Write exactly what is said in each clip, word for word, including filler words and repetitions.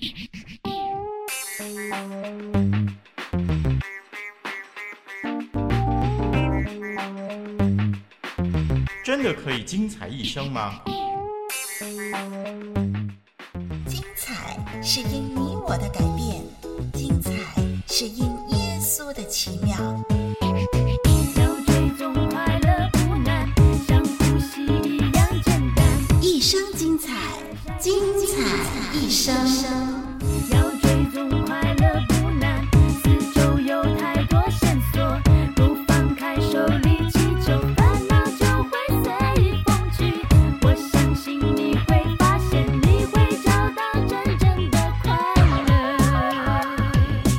真的可以精彩一生吗？ 精彩是因你我的改变，精彩是因耶稣的奇妙。 要追踪快乐不难，像呼吸一样简单。 一生精彩，精彩一生。 要追踪快乐不难，四周有太多线索，不放开手力气就烦恼就会随意风去。我相信你会发现，你会找到真正的快乐。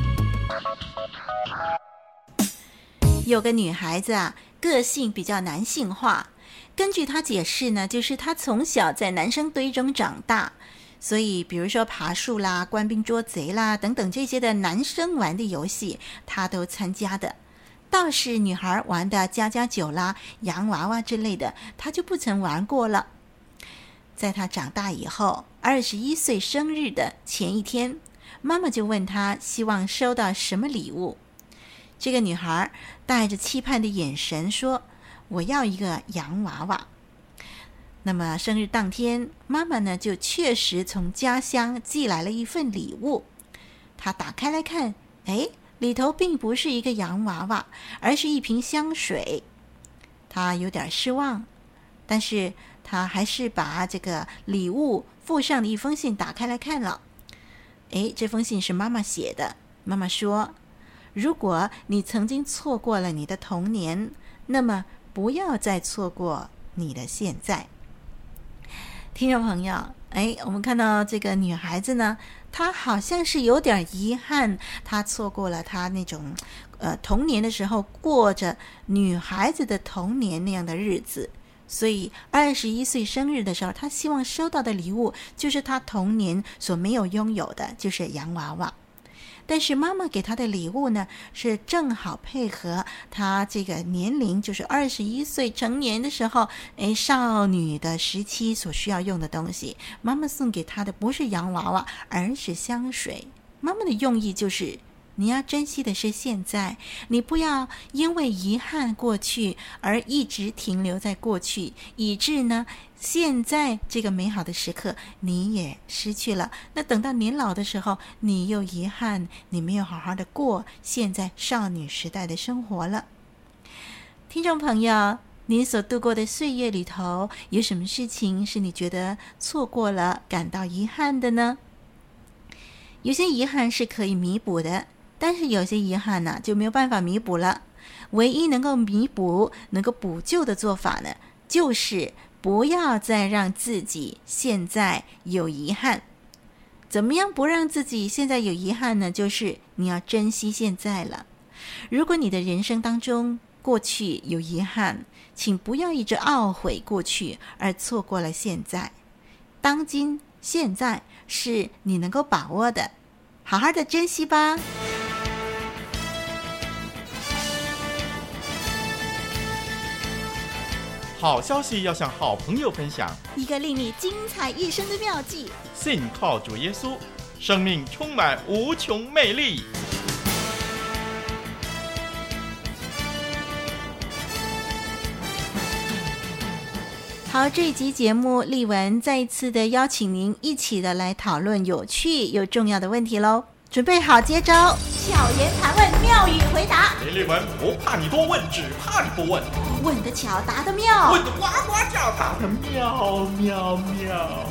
有个女孩子啊，个性比较男性化。根据她解释呢，就是她从小在男生堆中长大，所以比如说爬树啦、官兵捉贼啦等等这些的男生玩的游戏，她都参加的。倒是女孩玩的家家酒啦、洋娃娃之类的，她就不曾玩过了。在她长大以后，二十一岁生日的前一天，妈妈就问她希望收到什么礼物。这个女孩带着期盼的眼神说，我要一个洋娃娃。那么生日当天，妈妈呢就确实从家乡寄来了一份礼物。她打开来看，哎，里头并不是一个洋娃娃，而是一瓶香水。她有点失望，但是她还是把这个礼物附上的一封信打开来看了。哎，这封信是妈妈写的。妈妈说，如果你曾经错过了你的童年，那么不要再错过你的现在。听众朋友，哎，我们看到这个女孩子呢，她好像是有点遗憾，她错过了她那种呃童年的时候过着女孩子的童年那样的日子，所以二十一岁生日的时候，她希望收到的礼物就是她童年所没有拥有的，就是洋娃娃。但是妈妈给她的礼物呢，是正好配合她这个年龄，就是二十一岁成年的时候，哎，少女的时期所需要用的东西。妈妈送给她的不是洋娃娃，而是香水。妈妈的用意就是，你要珍惜的是现在，你不要因为遗憾过去而一直停留在过去，以致呢现在这个美好的时刻你也失去了。那等到年老的时候，你又遗憾你没有好好的过现在少女时代的生活了。听众朋友，你所度过的岁月里头，有什么事情是你觉得错过了感到遗憾的呢？有些遗憾是可以弥补的，但是有些遗憾呢就没有办法弥补了。唯一能够弥补能够补救的做法呢，就是不要再让自己现在有遗憾。怎么样不让自己现在有遗憾呢？就是你要珍惜现在了。如果你的人生当中过去有遗憾，请不要一直懊悔过去而错过了现在。当今现在是你能够把握的，好好的珍惜吧。 好消息要向好朋友分享， 一个令你精彩一生的妙计。 信靠主耶稣，生命充满无穷魅力。 好，这一集节目，丽文再一次的邀请您一起的来讨论有趣又重要的问题喽。准备好接招， 巧言盘问，妙语回答。 林丽文不怕你多问，只怕你不问。 问得巧，答得妙， 问得呱呱叫，答得妙妙妙。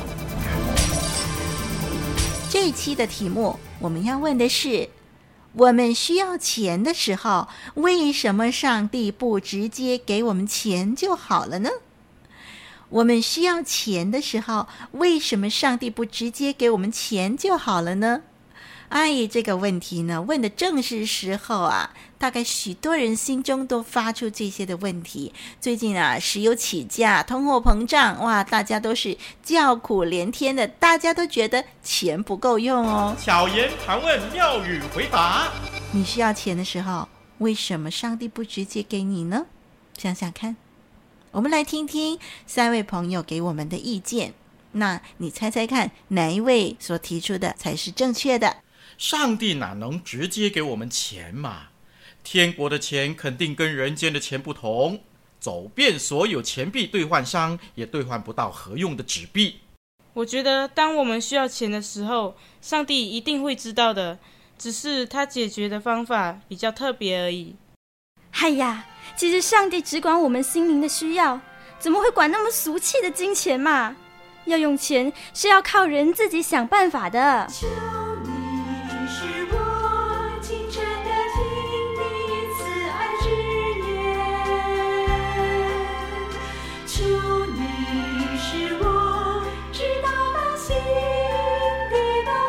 这一期的题目我们要问的是，我们需要钱的时候，为什么上帝不直接给我们钱就好了呢？我们需要钱的时候，为什么上帝不直接给我们钱就好了呢？哎，这个问题呢，问的正是时候啊！大概许多人心中都发出这些的问题。最近啊，石油起价，通货膨胀，哇，大家都是叫苦连天的，大家都觉得钱不够用哦。 巧言盘问，妙语回答。 你需要钱的时候，为什么上帝不直接给你呢？想想看。我们来听听三位朋友给我们的意见。 那你猜猜看，哪一位所提出的才是正确的？ 上帝哪能直接给我们钱嘛？天国的钱肯定跟人间的钱不同，走遍所有钱币兑换商也兑换不到合用的纸币。 我觉得当我们需要钱的时候，上帝一定会知道的，只是他解决的方法比较特别而已。 哎呀，其实上帝只管我们心灵的需要，怎么会管那么俗气的金钱嘛？要用钱是要靠人自己想办法的。 求你使我清晨的听你慈爱之言，求你使我知道那心的道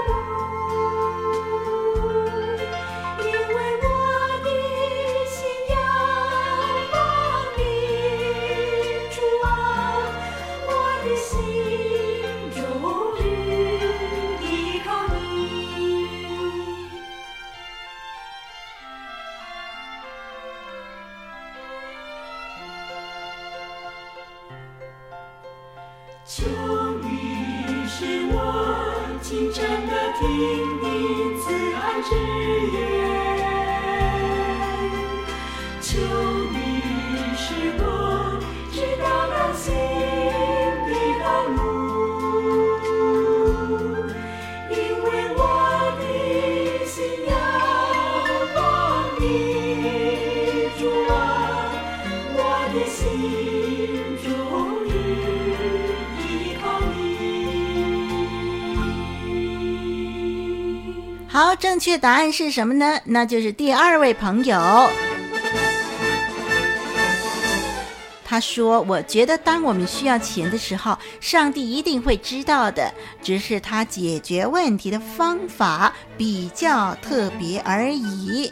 路，因为我的心仰望你，主啊，我的心终日依靠你。求你使我清晨的听你慈爱之言，求你使我知道那心的道路，因为我的心仰望你，主啊，我的心终日依靠你。 好，正确答案是什么呢？那就是第二位朋友，他说，我觉得当我们需要钱的时候，上帝一定会知道的，只是他解决问题的方法比较特别而已。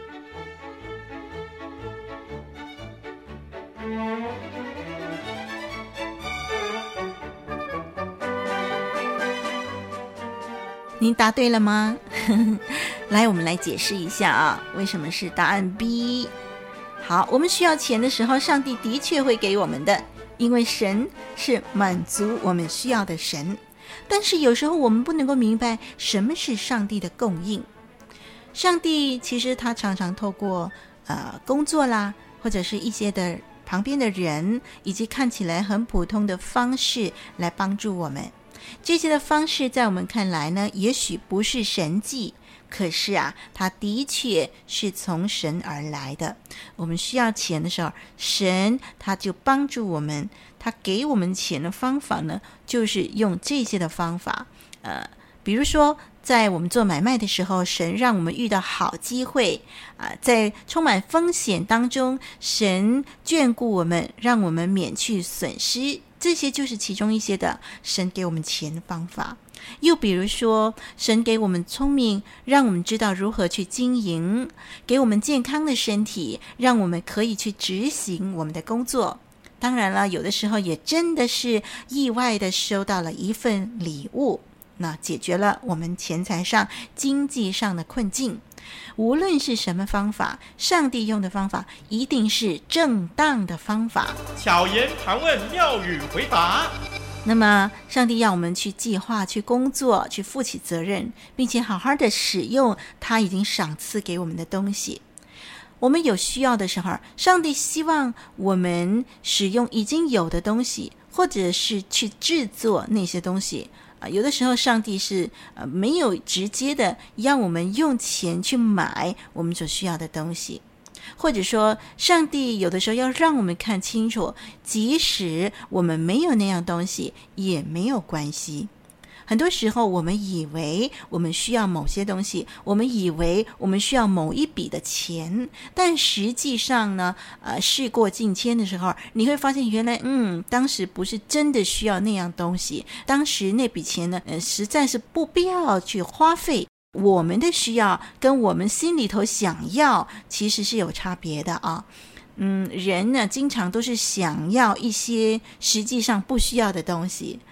您答对了吗？来，我们来解释一下啊，为什么是答案 B。 好，我们需要钱的时候，上帝的确会给我们的，因为神是满足我们需要的神。但是有时候我们不能够明白什么是上帝的供应。上帝其实他常常透过呃工作啦，或者是一些的旁边的人，以及看起来很普通的方式来帮助我们。这些的方式在我们看来呢，也许不是神迹，可是啊，它的确是从神而来的。我们需要钱的时候，神他就帮助我们，他给我们钱的方法呢，就是用这些的方法。呃，比如说在我们做买卖的时候，神让我们遇到好机会啊、呃，在充满风险当中，神眷顾我们，让我们免去损失。这些就是其中一些的神给我们钱的方法。又比如说，神给我们聪明，让我们知道如何去经营，给我们健康的身体，让我们可以去执行我们的工作。当然了，有的时候也真的是意外的收到了一份礼物，那解决了我们钱财上经济上的困境。无论是什么方法，上帝用的方法一定是正当的方法。 巧言盘问，妙语回答。 那么上帝要我们去计划，去工作，去负起责任，并且好好的使用他已经赏赐给我们的东西。我们有需要的时候，上帝希望我们使用已经有的东西，或者是去制作那些东西。啊，有的时候上帝是呃没有直接的让我们用钱去买我们所需要的东西，或者说上帝有的时候要让我们看清楚，即使我们没有那样东西也没有关系。很多时候我们以为我们需要某些东西，我们以为我们需要某一笔的钱，但实际上呢，呃，事过境迁的时候，你会发现原来，嗯，当时不是真的需要那样东西，当时那笔钱呢，呃，实在是不必要去花费。我们的需要跟我们心里头想要其实是有差别的啊。嗯，人呢经常都是想要一些实际上不需要的东西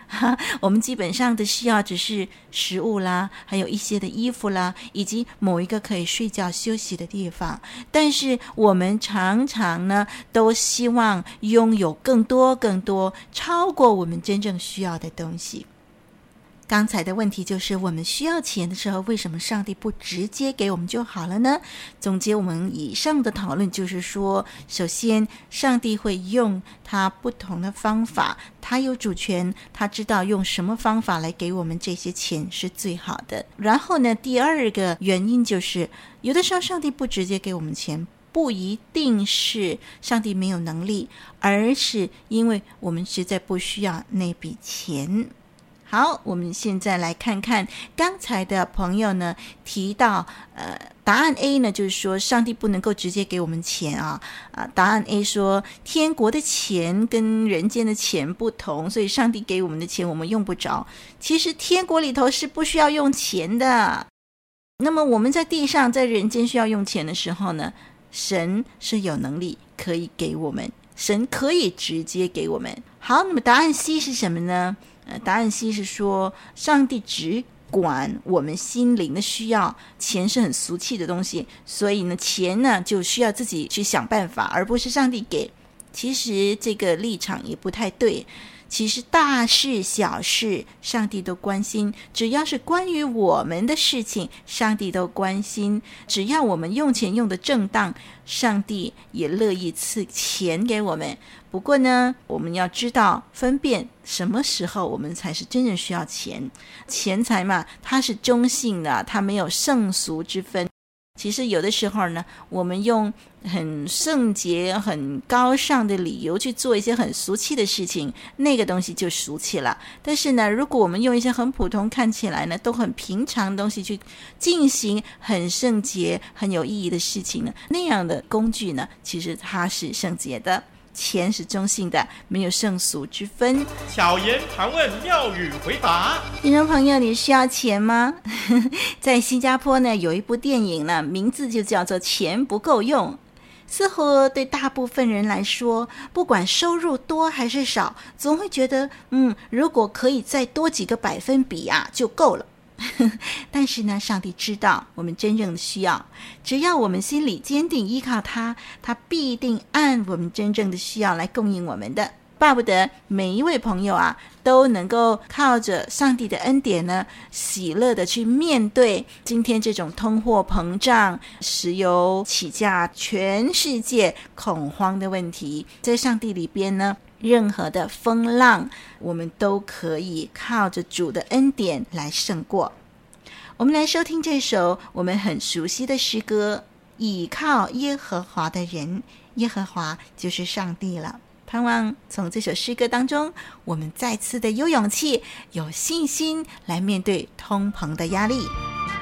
我们基本上的需要只是食物啦，还有一些的衣服啦，以及某一个可以睡觉休息的地方。但是我们常常呢，都希望拥有更多更多，超过我们真正需要的东西。刚才的问题就是，我们需要钱的时候，为什么上帝不直接给我们就好了呢？总结我们以上的讨论就是说，首先上帝会用他不同的方法，他有主权，他知道用什么方法来给我们这些钱是最好的。然后呢，第二个原因就是，有的时候上帝不直接给我们钱，不一定是上帝没有能力，而是因为我们实在不需要那笔钱。好，我们现在来看看刚才的朋友呢提到，呃，答案 A 呢就是说上帝不能够直接给我们钱啊，啊，答案 A 说天国的钱跟人间的钱不同，所以上帝给我们的钱我们用不着。其实天国里头是不需要用钱的。那么我们在地上在人间需要用钱的时候呢，神是有能力可以给我们，神可以直接给我们。好，那么答案 C 是什么呢？答案 C 是说上帝只管我们心灵的需要，钱是很俗气的东西，所以呢钱呢就需要自己去想办法，而不是上帝给。其实这个立场也不太对，其实大事小事上帝都关心，只要是关于我们的事情上帝都关心，只要我们用钱用得正当，上帝也乐意赐钱给我们。不过呢，我们要知道分辨什么时候我们才是真正需要钱。钱财嘛，它是中性的，它没有圣俗之分。其实有的时候呢，我们用很圣洁很高尚的理由去做一些很俗气的事情，那个东西就俗气了。但是呢，如果我们用一些很普通看起来呢都很平常的东西去进行很圣洁很有意义的事情呢，那样的工具呢其实它是圣洁的。钱是中性的，没有圣俗之分。 巧言盘问，妙语回答。 听众朋友，你需要钱吗？在新加坡呢，有一部电影呢，名字就叫做《钱不够用》。似乎对大部分人来说，不管收入多还是少，总会觉得，嗯，如果可以再多几个百分比啊，就够了。但是呢，上帝知道我们真正的需要，只要我们心里坚定依靠他，他必定按我们真正的需要来供应我们的。巴不得每一位朋友啊，都能够靠着上帝的恩典呢，喜乐的去面对今天这种通货膨胀、石油起价、全世界恐慌的问题。在上帝里边呢，任何的风浪，我们都可以靠着主的恩典来胜过。我们来收听这首我们很熟悉的诗歌，倚靠耶和华的人，耶和华就是上帝了。盼望从这首诗歌当中，我们再次的有勇气、有信心来面对通膨的压力。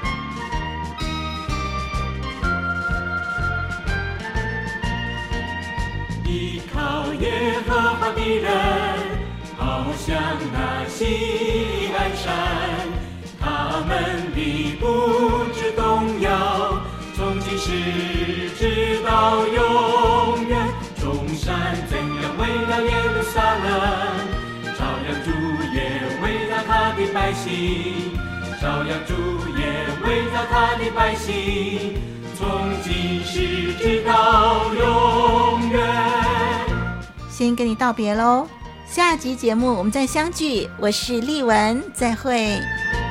依靠耶和华的人，好像那西安山，他们必不致动摇，从今时直到永远。众山怎样围绕耶路撒冷，照样主也围绕他的百姓，照样主也围绕他的百姓，从今时直到永远。 先跟你道别咯，下集节目我们再相聚。我是丽文，再会。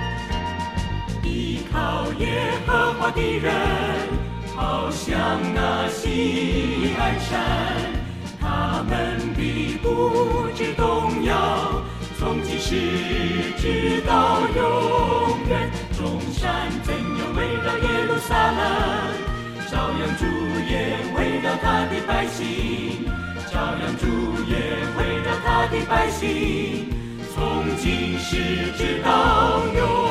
依靠耶和华的人，好像那西安山，他们必不致动摇，从今时直到永远。众山怎样围绕耶路撒冷，照样主也围绕他的百姓，照样主也围绕他的百姓，从今时直到永远。